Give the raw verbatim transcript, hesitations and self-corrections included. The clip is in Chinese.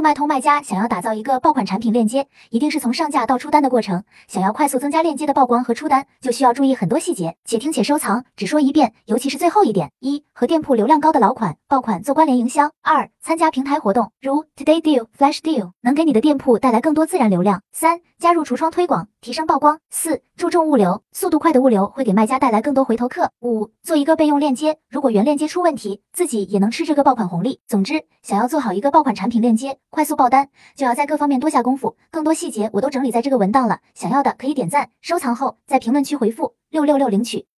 卖通卖家想要打造一个爆款产品链接，一定是从上架到出单的过程。想要快速增加链接的曝光和出单，就需要注意很多细节。且听且收藏，只说一遍，尤其是最后一点：一、和店铺流量高的老款、爆款做关联营销；二、参加平台活动，如 Today Deal、Flash Deal， 能给你的店铺带来更多自然流量；三、加入橱窗推广，提升曝光；四、注重物流，速度快的物流会给卖家带来更多回头客；五、做一个备用链接，如果原链接出问题，自己也能吃这个爆款红利。总之，想要做好一个爆款产品链接，快速爆单，就要在各方面多下功夫。更多细节我都整理在这个文档了，想要的可以点赞、收藏后在评论区回复六六六领取。